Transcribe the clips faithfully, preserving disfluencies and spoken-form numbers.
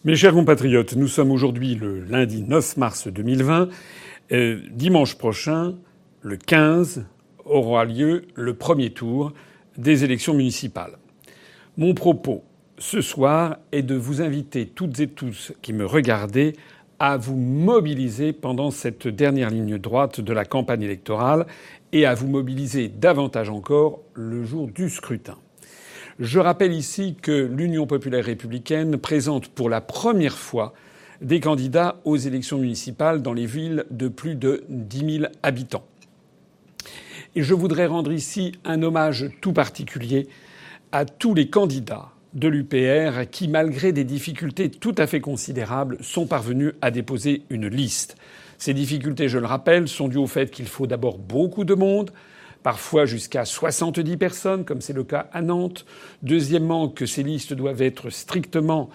Mes chers compatriotes, nous sommes aujourd'hui le lundi neuf mars deux mille vingt. Euh, dimanche prochain, le quinze, aura lieu le premier tour des élections municipales. Mon propos ce soir est de vous inviter toutes et tous qui me regardez à vous mobiliser pendant cette dernière ligne droite de la campagne électorale et à vous mobiliser davantage encore le jour du scrutin. Je rappelle ici que l'Union populaire républicaine présente pour la première fois des candidats aux élections municipales dans les villes de plus de dix mille habitants. Et je voudrais rendre ici un hommage tout particulier à tous les candidats de l'U P R qui, malgré des difficultés tout à fait considérables, sont parvenus à déposer une liste. Ces difficultés, je le rappelle, sont dues au fait qu'il faut d'abord beaucoup de monde, parfois jusqu'à soixante-dix personnes, comme c'est le cas à Nantes. Deuxièmement, que ces listes doivent être strictement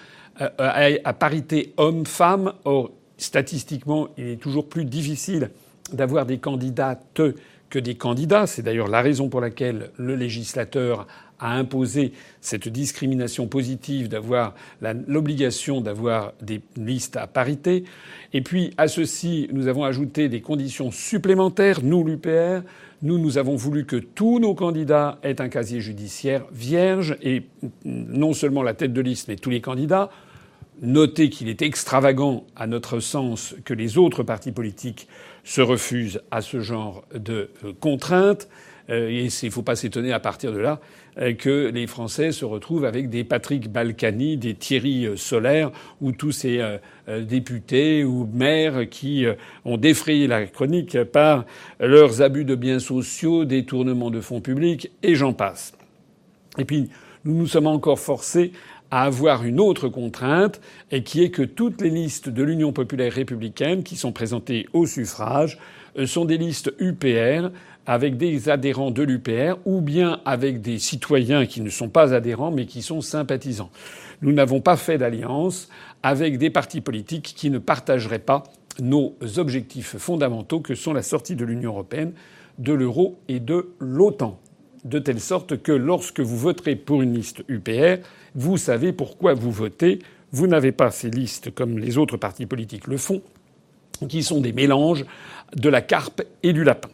à parité homme-femme. Or, statistiquement, il est toujours plus difficile d'avoir des candidates que des candidats. C'est d'ailleurs la raison pour laquelle le législateur a imposé cette discrimination positive d'avoir la, l'obligation d'avoir des listes à parité. Et puis, à ceci, nous avons ajouté des conditions supplémentaires. Nous, l'U P R, nous, nous avons voulu que tous nos candidats aient un casier judiciaire vierge et non seulement la tête de liste, mais tous les candidats. Notez qu'il est extravagant, à notre sens, que les autres partis politiques se refusent à ce genre de contraintes. Et il ne faut pas s'étonner à partir de là que les Français se retrouvent avec des Patrick Balkany, des Thierry Solaire ou tous ces euh, députés ou maires qui euh, ont défrayé la chronique par leurs abus de biens sociaux, détournements de fonds publics et j'en passe. Et puis, nous nous sommes encore forcés à avoir une autre contrainte, et qui est que toutes les listes de l'Union populaire républicaine qui sont présentées au suffrage sont des listes U P R avec des adhérents de l'U P R ou bien avec des citoyens qui ne sont pas adhérents mais qui sont sympathisants. Nous n'avons pas fait d'alliance avec des partis politiques qui ne partageraient pas nos objectifs fondamentaux que sont la sortie de l'Union européenne, de l'euro et de l'OTAN. De telle sorte que lorsque vous voterez pour une liste U P R, vous savez pourquoi vous votez. Vous n'avez pas ces listes comme les autres partis politiques le font, qui sont des mélanges de la carpe et du lapin.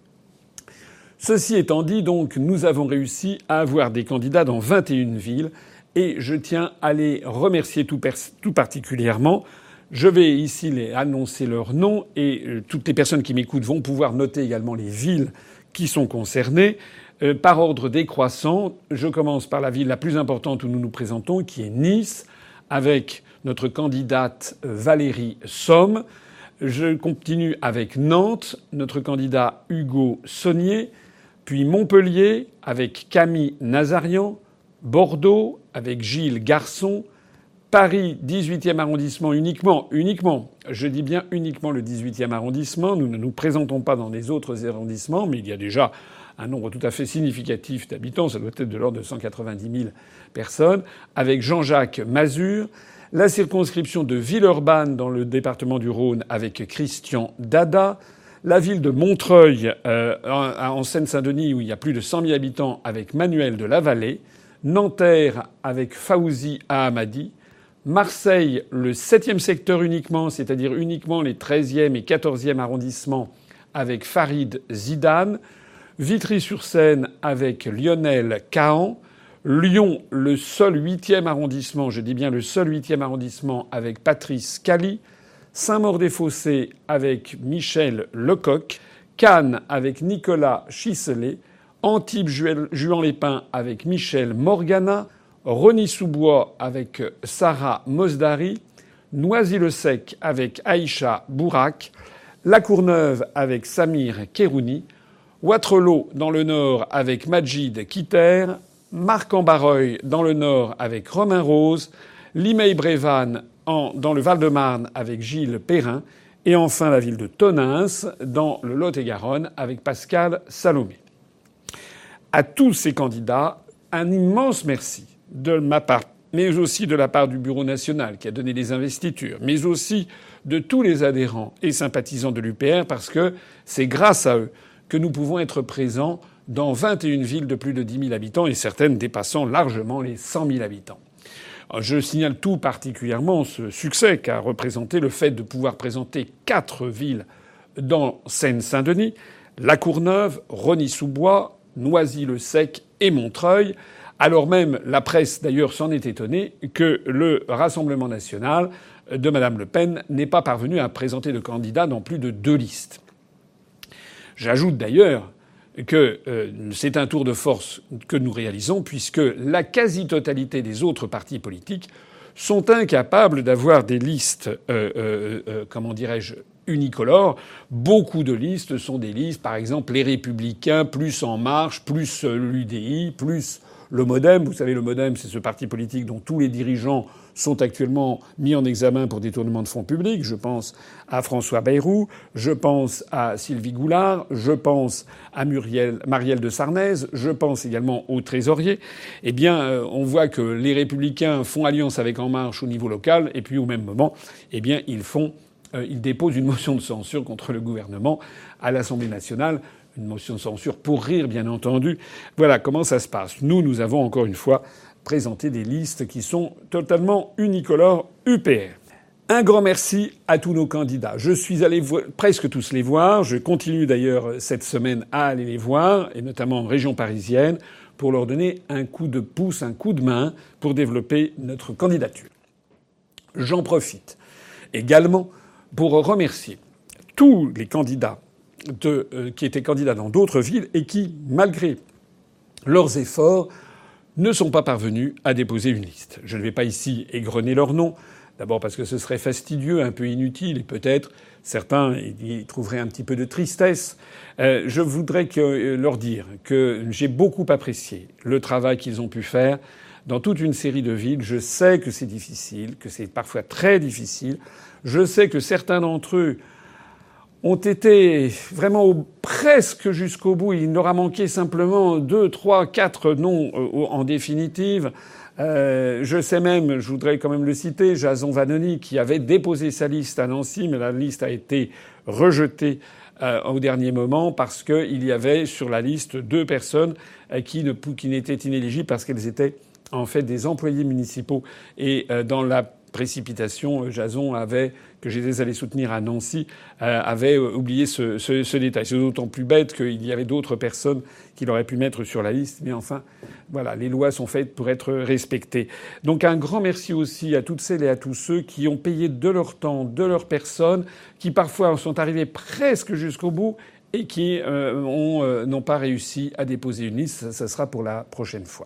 Ceci étant dit, donc, nous avons réussi à avoir des candidats dans vingt et une villes et je tiens à les remercier tout, pers- tout particulièrement. Je vais ici les annoncer leurs noms et euh, toutes les personnes qui m'écoutent vont pouvoir noter également les villes qui sont concernées. Euh, par ordre décroissant, je commence par la ville la plus importante où nous nous présentons, qui est Nice, avec notre candidate Valérie Somme. Je continue avec Nantes, notre candidat Hugo Saunier, puis Montpellier avec Camille Nazarian, Bordeaux avec Gilles Garçon, Paris dix-huitième arrondissement uniquement, uniquement, je dis bien uniquement le dix-huitième arrondissement. Nous ne nous présentons pas dans les autres arrondissements, mais il y a déjà un nombre tout à fait significatif d'habitants, ça doit être de l'ordre de cent quatre-vingt-dix mille personnes, avec Jean-Jacques Mazur. La circonscription de Villeurbanne dans le département du Rhône avec Christian Dada. La ville de Montreuil euh, en Seine-Saint-Denis où il y a plus de cent mille habitants avec Manuel de la Vallée. Nanterre avec Fawzi Ahamadi. Marseille, le septième secteur uniquement, c'est-à-dire uniquement les treizième et quatorzième arrondissements avec Farid Zidane. Vitry-sur-Seine avec Lionel Cahan. Lyon, le seul huitième arrondissement, je dis bien le seul huitième arrondissement avec Patrice Cali. Saint-Maur-des-Fossés avec Michel Lecoq. Cannes avec Nicolas Chiselet. Antibes-Juan-les-Pins avec Michel Morgana. Rony-sous-Bois avec Sarah Mosdari. Noisy-le-Sec avec Aïcha Bourak. La Courneuve avec Samir Kérouni. Wattrelos dans le nord avec Majid Kitter. Marc-en-Barreuil dans le nord avec Romain Rose. Limeil-Brévannes dans le Val-de-Marne avec Gilles Perrin. Et enfin la ville de Tonneins dans le Lot-et-Garonne avec Pascal Salomé. À tous ces candidats, un immense merci de ma part, mais aussi de la part du Bureau national qui a donné les investitures, mais aussi de tous les adhérents et sympathisants de l'U P R parce que c'est grâce à eux que nous pouvons être présents dans vingt et une villes de plus de dix mille habitants et certaines dépassant largement les cent mille habitants. Je signale tout particulièrement ce succès qu'a représenté le fait de pouvoir présenter quatre villes dans Seine-Saint-Denis, La Courneuve, Rosny-sous-Bois, Noisy-le-Sec et Montreuil, alors même la presse d'ailleurs s'en est étonnée que le Rassemblement national de Madame Le Pen n'ait pas parvenu à présenter de candidat dans plus de deux listes. J'ajoute d'ailleurs que euh, c'est un tour de force que nous réalisons puisque la quasi-totalité des autres partis politiques sont incapables d'avoir des listes, euh, euh, euh, comment dirais-je, unicolores. Beaucoup de listes sont des listes, par exemple, les Républicains, plus En Marche, plus l'U D I, plus le MoDem. Vous savez, le MoDem, c'est ce parti politique dont tous les dirigeants sont actuellement mis en examen pour détournement de fonds publics. Je pense à François Bayrou, je pense à Sylvie Goulard, je pense à Muriel, Marielle de Sarnez, je pense également au Trésorier. Eh bien, euh, on voit que les Républicains font alliance avec En Marche au niveau local, et puis au même moment, eh bien, ils font, euh, ils déposent une motion de censure contre le gouvernement à l'Assemblée nationale. Une motion de censure pour rire, bien entendu. Voilà comment ça se passe. Nous, nous avons encore une fois présenté des listes qui sont totalement unicolores U P R. Un grand merci à tous nos candidats. Je suis allé vo- presque tous les voir. Je continue d'ailleurs cette semaine à aller les voir, et notamment en région parisienne, pour leur donner un coup de pouce, un coup de main pour développer notre candidature. J'en profite également pour remercier tous les candidats De, euh, qui étaient candidats dans d'autres villes et qui, malgré leurs efforts, ne sont pas parvenus à déposer une liste. Je ne vais pas ici égrener leurs noms, d'abord parce que ce serait fastidieux, un peu inutile, et peut-être certains y trouveraient un petit peu de tristesse. Euh, je voudrais que, euh, leur dire que j'ai beaucoup apprécié le travail qu'ils ont pu faire dans toute une série de villes. Je sais que c'est difficile, que c'est parfois très difficile. Je sais que certains d'entre eux ont été vraiment au, presque jusqu'au bout. Il leur a manqué simplement deux, trois, quatre noms euh, en définitive. Euh, je sais même, je voudrais quand même le citer, Jason Vannoni qui avait déposé sa liste à Nancy, mais la liste a été rejetée euh, au dernier moment parce qu'il y avait sur la liste deux personnes euh, qui, ne, qui n'étaient inéligibles parce qu'elles étaient en fait des employés municipaux. Et euh, dans la précipitation, Jason avait, que j'étais allé soutenir à Nancy, euh, avait oublié ce, ce, ce détail. C'est d'autant plus bête qu'il y avait d'autres personnes qu'il aurait pu mettre sur la liste. Mais enfin, voilà, les lois sont faites pour être respectées. Donc un grand merci aussi à toutes celles et à tous ceux qui ont payé de leur temps, de leur personne, qui parfois sont arrivés presque jusqu'au bout et qui euh, ont, euh, n'ont pas réussi à déposer une liste. Ça, ça sera pour la prochaine fois.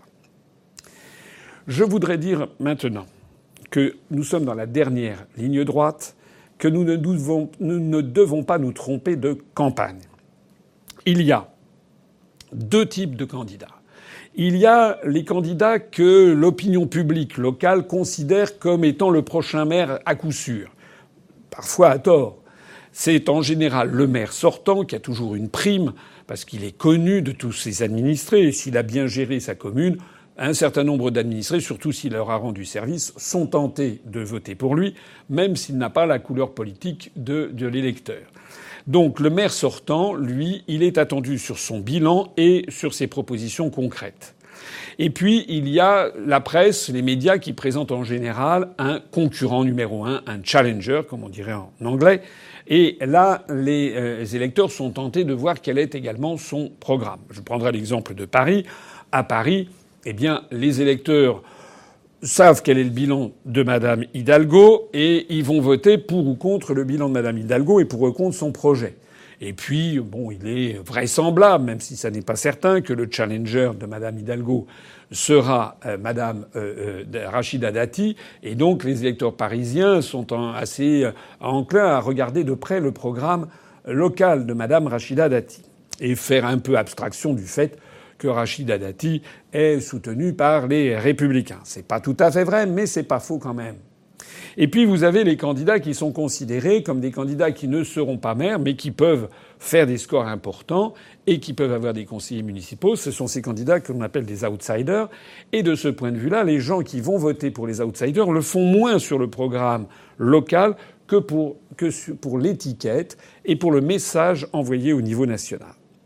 Je voudrais dire maintenant que nous sommes dans la dernière ligne droite, que nous ne devons, nous ne devons pas nous tromper de campagne. Il y a deux types de candidats. Il y a les candidats que l'opinion publique locale considère comme étant le prochain maire à coup sûr. Parfois à tort. C'est en général le maire sortant qui a toujours une prime parce qu'il est connu de tous ses administrés et s'il a bien géré sa commune. Un certain nombre d'administrés, surtout s'il leur a rendu service, sont tentés de voter pour lui, même s'il n'a pas la couleur politique de, de l'électeur. Donc le maire sortant, lui, il est attendu sur son bilan et sur ses propositions concrètes. Et puis il y a la presse, les médias qui présentent en général un concurrent numéro un, un challenger, comme on dirait en anglais. Et là, les, euh, les électeurs sont tentés de voir quel est également son programme. Je prendrai l'exemple de Paris. À Paris, eh bien, les électeurs savent quel est le bilan de Madame Hidalgo et ils vont voter pour ou contre le bilan de Madame Hidalgo et pour ou contre son projet. Et puis, bon, il est vraisemblable, même si ça n'est pas certain, que le challenger de Madame Hidalgo sera euh, Madame euh, euh, Rachida Dati. Et donc, les électeurs parisiens sont en, assez euh, enclins à regarder de près le programme local de Madame Rachida Dati et faire un peu abstraction du fait que Rachida Dati est soutenue par les Républicains. C'est pas tout à fait vrai, mais c'est pas faux quand même. Et puis vous avez les candidats qui sont considérés comme des candidats qui ne seront pas maires, mais qui peuvent faire des scores importants et qui peuvent avoir des conseillers municipaux. Ce sont ces candidats que l'on appelle des outsiders. Et de ce point de vue-là, les gens qui vont voter pour les outsiders le font moins sur le programme local que pour, que pour l'étiquette et pour le message envoyé au niveau national.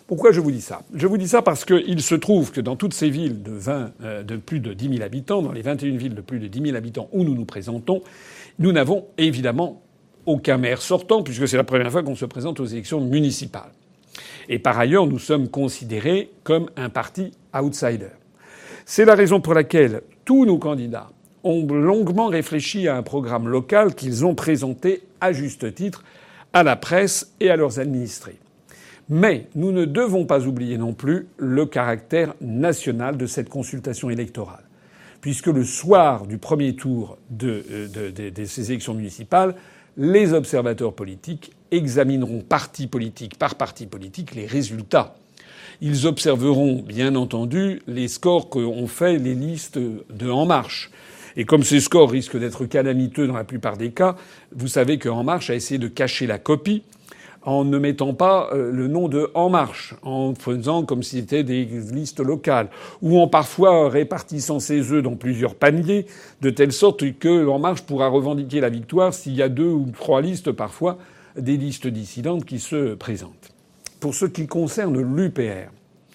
Pourquoi je vous dis ça? Je vous dis ça parce qu'il se trouve que dans toutes ces villes de, vingt, euh, de plus de dix mille habitants, dans les vingt et une villes de plus de dix mille habitants où nous nous présentons, nous n'avons évidemment aucun maire sortant, puisque c'est la première fois qu'on se présente aux élections municipales. Et par ailleurs, nous sommes considérés comme un parti outsider. C'est la raison pour laquelle tous nos candidats ont longuement réfléchi à un programme local qu'ils ont présenté à juste titre à la presse et à leurs administrés. Mais nous ne devons pas oublier non plus le caractère national de cette consultation électorale, puisque le soir du premier tour de, de, de, de ces élections municipales, les observateurs politiques examineront parti politique par parti politique les résultats. Ils observeront, bien entendu, les scores qu'ont fait les listes de En Marche. Et comme ces scores risquent d'être calamiteux dans la plupart des cas, vous savez que En Marche a essayé de cacher la copie en ne mettant pas le nom de En Marche, en faisant comme si c'était des listes locales, ou en parfois répartissant ses œufs dans plusieurs paniers, de telle sorte que En Marche pourra revendiquer la victoire s'il y a deux ou trois listes, parfois des listes dissidentes qui se présentent. Pour ce qui concerne l'U P R,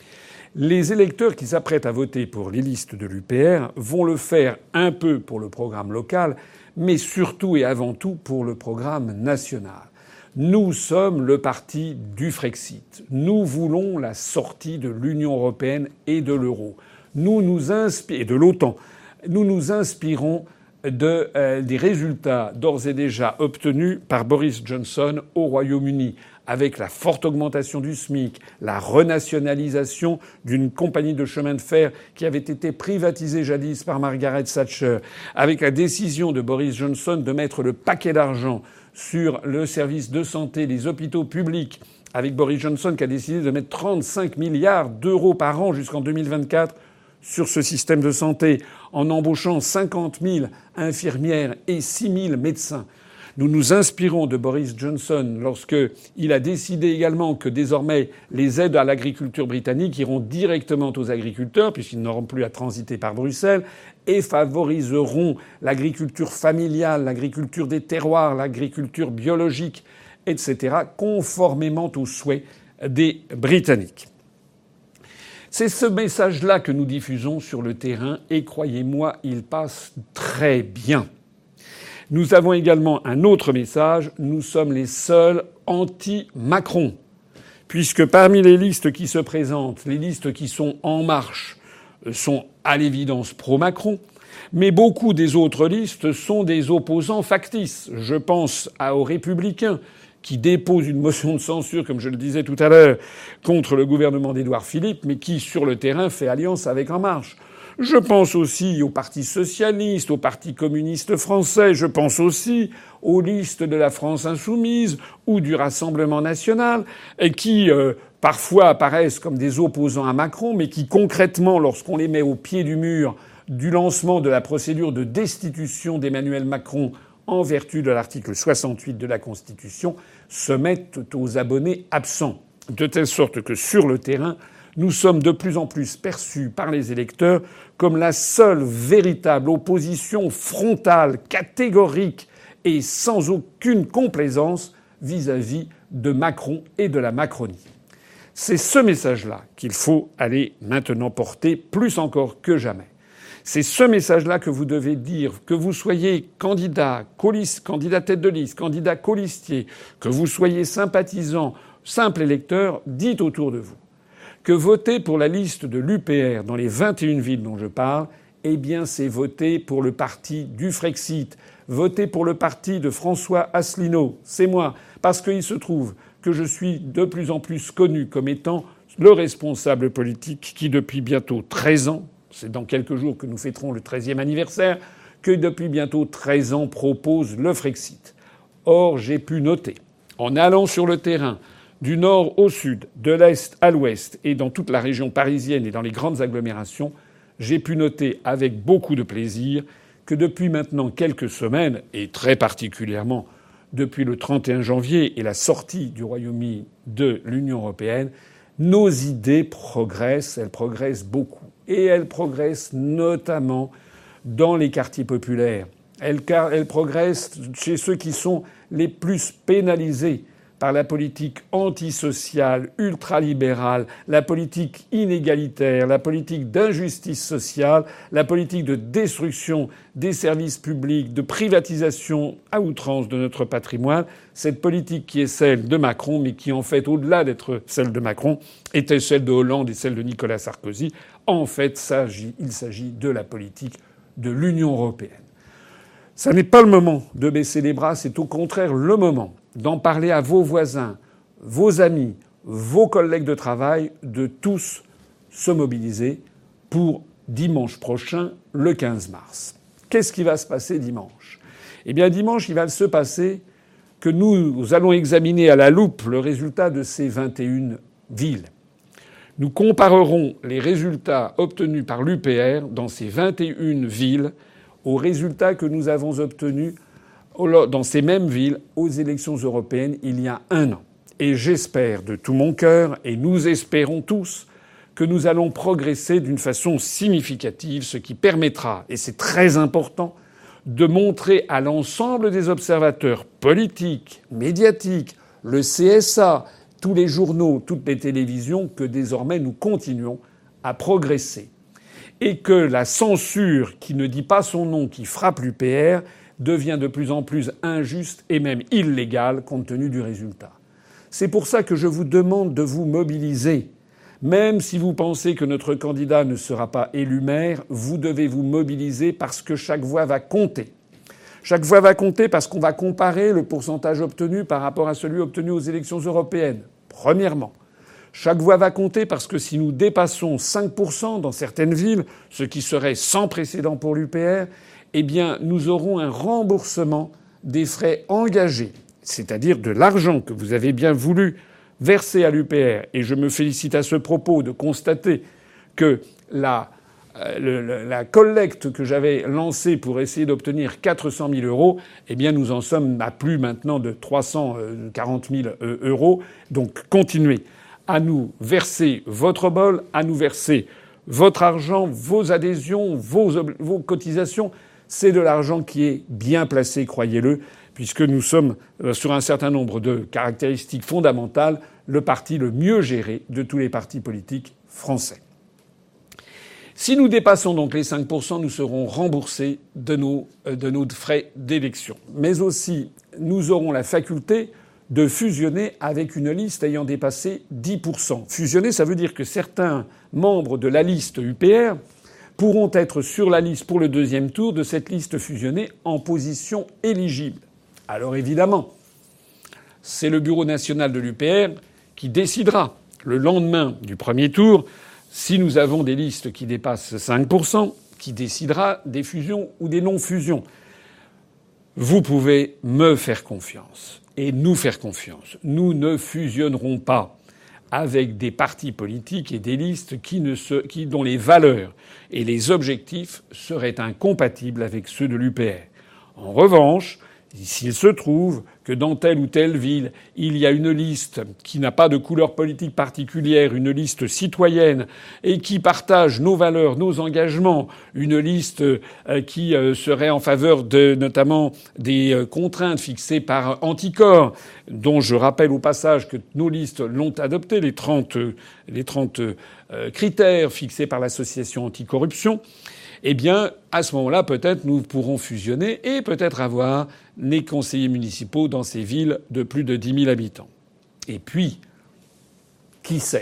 les électeurs qui s'apprêtent à voter pour les listes de l'U P R vont le faire un peu pour le programme local, mais surtout et avant tout pour le programme national. Nous sommes le parti du Frexit. Nous voulons la sortie de l'Union européenne et de l'euro. Nous nous inspirons, et de l'OTAN. Nous nous inspirons de, euh, des résultats d'ores et déjà obtenus par Boris Johnson au Royaume-Uni, avec la forte augmentation du SMIC, la renationalisation d'une compagnie de chemin de fer qui avait été privatisée jadis par Margaret Thatcher, avec la décision de Boris Johnson de mettre le paquet d'argent sur le service de santé, les hôpitaux publics, avec Boris Johnson qui a décidé de mettre trente-cinq milliards d'euros par an jusqu'en deux mille vingt-quatre sur ce système de santé, en embauchant cinquante mille infirmières et six mille médecins. Nous nous inspirons de Boris Johnson lorsqu'il a décidé également que désormais les aides à l'agriculture britannique iront directement aux agriculteurs, puisqu'ils n'auront plus à transiter par Bruxelles, et favoriseront l'agriculture familiale, l'agriculture des terroirs, l'agriculture biologique, et cetera, conformément aux souhaits des Britanniques. C'est ce message-là que nous diffusons sur le terrain, et croyez-moi, il passe très bien. Nous avons également un autre message. Nous sommes les seuls anti-Macron. Puisque parmi les listes qui se présentent, les listes qui sont En Marche sont à l'évidence pro-Macron. Mais beaucoup des autres listes sont des opposants factices. Je pense aux Républicains qui déposent une motion de censure, comme je le disais tout à l'heure, contre le gouvernement d'Édouard Philippe, mais qui, sur le terrain, fait alliance avec En Marche. Je pense aussi au Parti socialiste, au Parti communiste français. Je pense aussi aux listes de la France insoumise ou du Rassemblement national, et qui euh, parfois apparaissent comme des opposants à Macron, mais qui concrètement, lorsqu'on les met au pied du mur du lancement de la procédure de destitution d'Emmanuel Macron en vertu de l'article soixante-huit de la Constitution, se mettent aux abonnés absents. De telle sorte que sur le terrain, nous sommes de plus en plus perçus par les électeurs comme la seule véritable opposition frontale, catégorique et sans aucune complaisance vis-à-vis de Macron et de la Macronie. C'est ce message-là qu'il faut aller maintenant porter plus encore que jamais. C'est ce message-là que vous devez dire, que vous soyez candidat, colis, candidat tête de liste, candidat colistier, que vous soyez sympathisant, simple électeur, dites autour de vous que voter pour la liste de l'U P R dans les vingt et une villes dont je parle, eh bien c'est voter pour le parti du Frexit, voter pour le parti de François Asselineau, c'est moi, parce qu'il se trouve que je suis de plus en plus connu comme étant le responsable politique qui, depuis bientôt treize ans, c'est dans quelques jours que nous fêterons le treizième anniversaire, que depuis bientôt treize ans propose le Frexit. Or, j'ai pu noter, en allant sur le terrain, du nord au sud, de l'est à l'ouest, et dans toute la région parisienne et dans les grandes agglomérations, j'ai pu noter avec beaucoup de plaisir que depuis maintenant quelques semaines, et très particulièrement depuis le trente et un janvier et la sortie du Royaume-Uni de l'Union européenne, nos idées progressent, elles progressent beaucoup. Et elles progressent notamment dans les quartiers populaires. Elles, elles progressent chez ceux qui sont les plus pénalisés par la politique antisociale, ultralibérale, la politique inégalitaire, la politique d'injustice sociale, la politique de destruction des services publics, de privatisation à outrance de notre patrimoine, cette politique qui est celle de Macron, mais qui en fait, au-delà d'être celle de Macron, était celle de Hollande et celle de Nicolas Sarkozy. En fait, il s'agit de la politique de l'Union européenne. Ça n'est pas le moment de baisser les bras, c'est au contraire le moment d'en parler à vos voisins, vos amis, vos collègues de travail, de tous se mobiliser pour dimanche prochain, le quinze mars. Qu'est-ce qui va se passer dimanche ? Eh bien, dimanche, il va se passer que nous allons examiner à la loupe le résultat de ces vingt et une villes. Nous comparerons les résultats obtenus par l'U P R dans ces vingt et une villes aux résultats que nous avons obtenus dans ces mêmes villes aux élections européennes il y a un an. Et j'espère de tout mon cœur, et nous espérons tous, que nous allons progresser d'une façon significative, ce qui permettra, et c'est très important, de montrer à l'ensemble des observateurs politiques, médiatiques, le C S A, tous les journaux, toutes les télévisions, que désormais nous continuons à progresser. Et que la censure qui ne dit pas son nom, qui frappe l'U P R, devient de plus en plus injuste et même illégale compte tenu du résultat. C'est pour ça que je vous demande de vous mobiliser. Même si vous pensez que notre candidat ne sera pas élu maire, vous devez vous mobiliser parce que chaque voix va compter. Chaque voix va compter parce qu'on va comparer le pourcentage obtenu par rapport à celui obtenu aux élections européennes. Premièrement. Chaque voix va compter parce que si nous dépassons cinq pour cent dans certaines villes, ce qui serait sans précédent pour l'U P R, eh bien, nous aurons un remboursement des frais engagés, c'est-à-dire de l'argent que vous avez bien voulu verser à l'U P R. Et je me félicite à ce propos de constater que la, euh, la collecte que j'avais lancée pour essayer d'obtenir quatre cent mille euros, eh bien, nous en sommes à plus maintenant de trois cent quarante mille euros. Donc, continuez à nous verser votre bol, à nous verser votre argent, vos adhésions, vos, vos cotisations. C'est de l'argent qui est bien placé, croyez-le, puisque nous sommes, sur un certain nombre de caractéristiques fondamentales, le parti le mieux géré de tous les partis politiques français. Si nous dépassons donc les cinq pour cent, nous serons remboursés de nos, de nos frais d'élection. Mais aussi, nous aurons la faculté de fusionner avec une liste ayant dépassé dix pour cent. Fusionner, ça veut dire que certains membres de la liste U P R pourront être sur la liste pour le deuxième tour de cette liste fusionnée en position éligible. Alors évidemment, c'est le Bureau national de l'U P R qui décidera le lendemain du premier tour, si nous avons des listes qui dépassent cinq pour cent, qui décidera des fusions ou des non-fusions. Vous pouvez me faire confiance et nous faire confiance. Nous ne fusionnerons pas avec des partis politiques et des listes qui ne se, qui, dont les valeurs et les objectifs seraient incompatibles avec ceux de l'U P R. En revanche, s'il se trouve que dans telle ou telle ville, il y a une liste qui n'a pas de couleur politique particulière, une liste citoyenne, et qui partage nos valeurs, nos engagements, une liste qui serait en faveur de, notamment, des contraintes fixées par Anticor, dont je rappelle au passage que nos listes l'ont adopté, les trente, les trente critères fixés par l'association anticorruption, eh bien, à ce moment-là, peut-être nous pourrons fusionner et peut-être avoir les conseillers municipaux dans ces villes de plus de dix mille habitants. Et puis, qui sait ?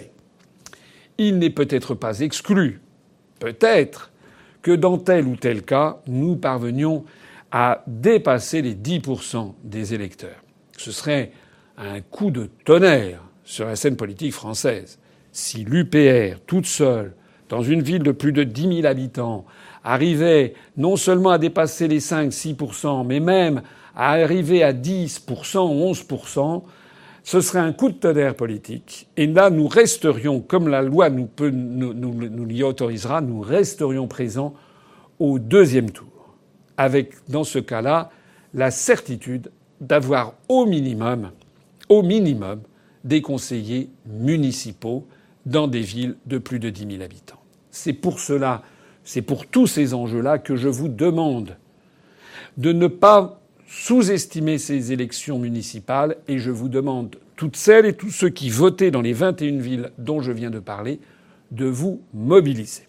Il n'est peut-être pas exclu, peut-être, que dans tel ou tel cas, nous parvenions à dépasser les dix pour cent des électeurs. Ce serait un coup de tonnerre sur la scène politique française. Si l'U P R, toute seule, dans une ville de plus de dix mille habitants, arrivait non seulement à dépasser les cinq à six pour cent, mais même à arriver à dix pour cent, onze pour cent, ce serait un coup de tonnerre politique. Et là, nous resterions, comme la loi nous, peut, nous, nous, nous l'y autorisera, nous resterions présents au deuxième tour. Avec, dans ce cas-là, la certitude d'avoir au minimum, au minimum, des conseillers municipaux dans des villes de plus de dix mille habitants. C'est pour cela, c'est pour tous ces enjeux-là que je vous demande de ne pas sous-estimer ces élections municipales et je vous demande, toutes celles et tous ceux qui votaient dans les vingt et une villes dont je viens de parler, de vous mobiliser.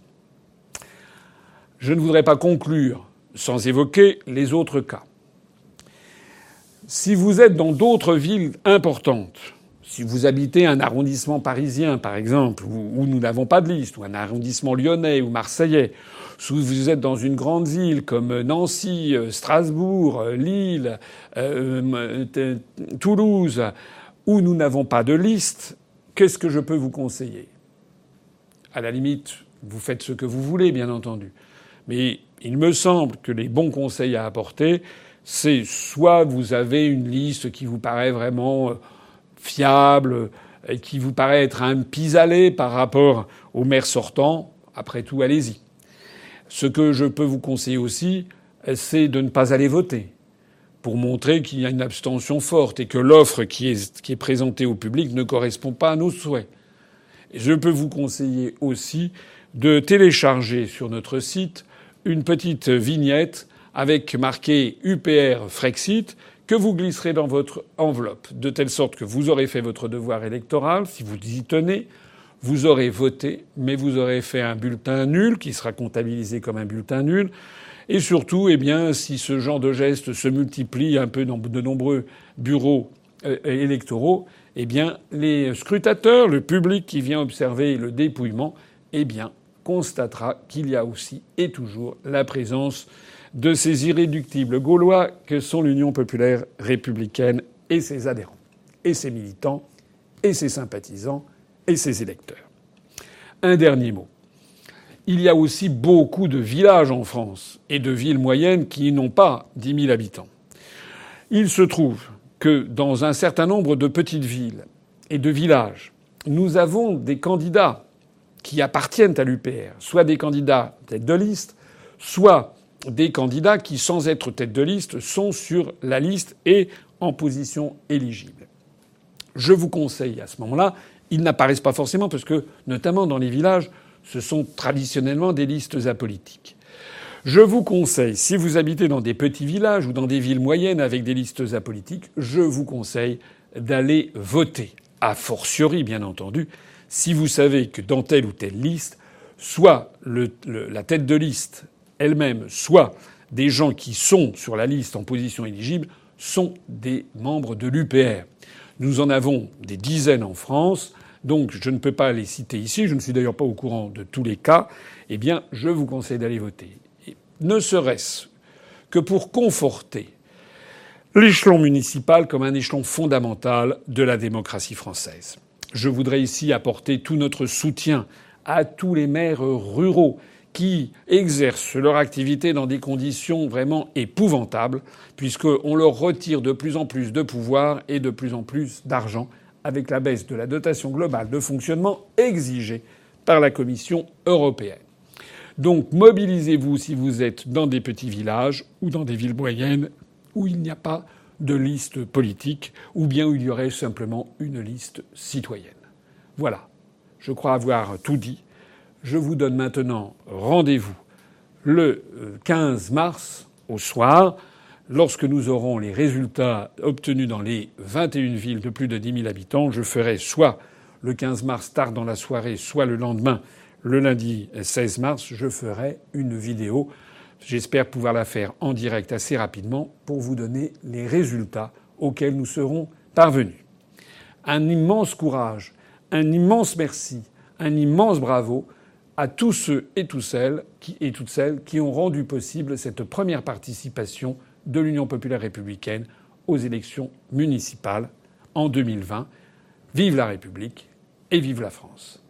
Je ne voudrais pas conclure sans évoquer les autres cas. Si vous êtes dans d'autres villes importantes, si vous habitez un arrondissement parisien, par exemple, où nous n'avons pas de liste, ou un arrondissement lyonnais ou marseillais, si vous êtes dans une grande ville comme Nancy, Strasbourg, Lille, euh, Toulouse, où nous n'avons pas de liste, qu'est-ce que je peux vous conseiller ? À la limite, vous faites ce que vous voulez, bien entendu. Mais il me semble que les bons conseils à apporter, c'est soit vous avez une liste qui vous paraît vraiment fiable, et qui vous paraît être un pis-aller par rapport au maire sortant, après tout, allez-y. Ce que je peux vous conseiller aussi, c'est de ne pas aller voter, pour montrer qu'il y a une abstention forte et que l'offre qui est, qui est présentée au public ne correspond pas à nos souhaits. Et je peux vous conseiller aussi de télécharger sur notre site une petite vignette avec marqué U P R Frexit que vous glisserez dans votre enveloppe, de telle sorte que vous aurez fait votre devoir électoral, si vous y tenez, vous aurez voté, mais vous aurez fait un bulletin nul qui sera comptabilisé comme un bulletin nul. Et surtout, eh bien, si ce genre de geste se multiplie un peu dans de nombreux bureaux euh, électoraux, eh bien, les scrutateurs, le public qui vient observer le dépouillement, eh bien, constatera qu'il y a aussi et toujours la présence de ces irréductibles Gaulois que sont l'Union populaire républicaine et ses adhérents, et ses militants, et ses sympathisants, et ses électeurs. Un dernier mot. Il y a aussi beaucoup de villages en France et de villes moyennes qui n'ont pas dix mille habitants. Il se trouve que dans un certain nombre de petites villes et de villages, nous avons des candidats qui appartiennent à l'U P R, soit des candidats tête de liste, soit des candidats qui, sans être tête de liste, sont sur la liste et en position éligible. Je vous conseille à ce moment-là, ils n'apparaissent pas forcément parce que, notamment dans les villages, ce sont traditionnellement des listes apolitiques. Je vous conseille, si vous habitez dans des petits villages ou dans des villes moyennes avec des listes apolitiques, je vous conseille d'aller voter. A fortiori, bien entendu, si vous savez que dans telle ou telle liste, soit le, le, la tête de liste elle-même, soit des gens qui sont sur la liste en position éligible, sont des membres de l'U P R. Nous en avons des dizaines en France, donc je ne peux pas les citer ici, je ne suis d'ailleurs pas au courant de tous les cas. Eh bien, je vous conseille d'aller voter. Et ne serait-ce que pour conforter l'échelon municipal comme un échelon fondamental de la démocratie française. Je voudrais ici apporter tout notre soutien à tous les maires ruraux qui exercent leur activité dans des conditions vraiment épouvantables, puisqu'on leur retire de plus en plus de pouvoir et de plus en plus d'argent avec la baisse de la dotation globale de fonctionnement exigée par la Commission européenne. Donc mobilisez-vous si vous êtes dans des petits villages ou dans des villes moyennes où il n'y a pas de liste politique ou bien où il y aurait simplement une liste citoyenne. Voilà. Je crois avoir tout dit. Je vous donne maintenant rendez-vous le quinze mars au soir, lorsque nous aurons les résultats obtenus dans les vingt et une villes de plus de dix mille habitants. Je ferai soit le quinze mars tard dans la soirée, soit le lendemain, le lundi seize mars, je ferai une vidéo. J'espère pouvoir la faire en direct assez rapidement pour vous donner les résultats auxquels nous serons parvenus. Un immense courage, un immense merci, un immense bravo à tous ceux et toutes celles qui, et toutes celles qui ont rendu possible cette première participation de l'Union populaire républicaine aux élections municipales en deux mille vingt. Vive la République et vive la France.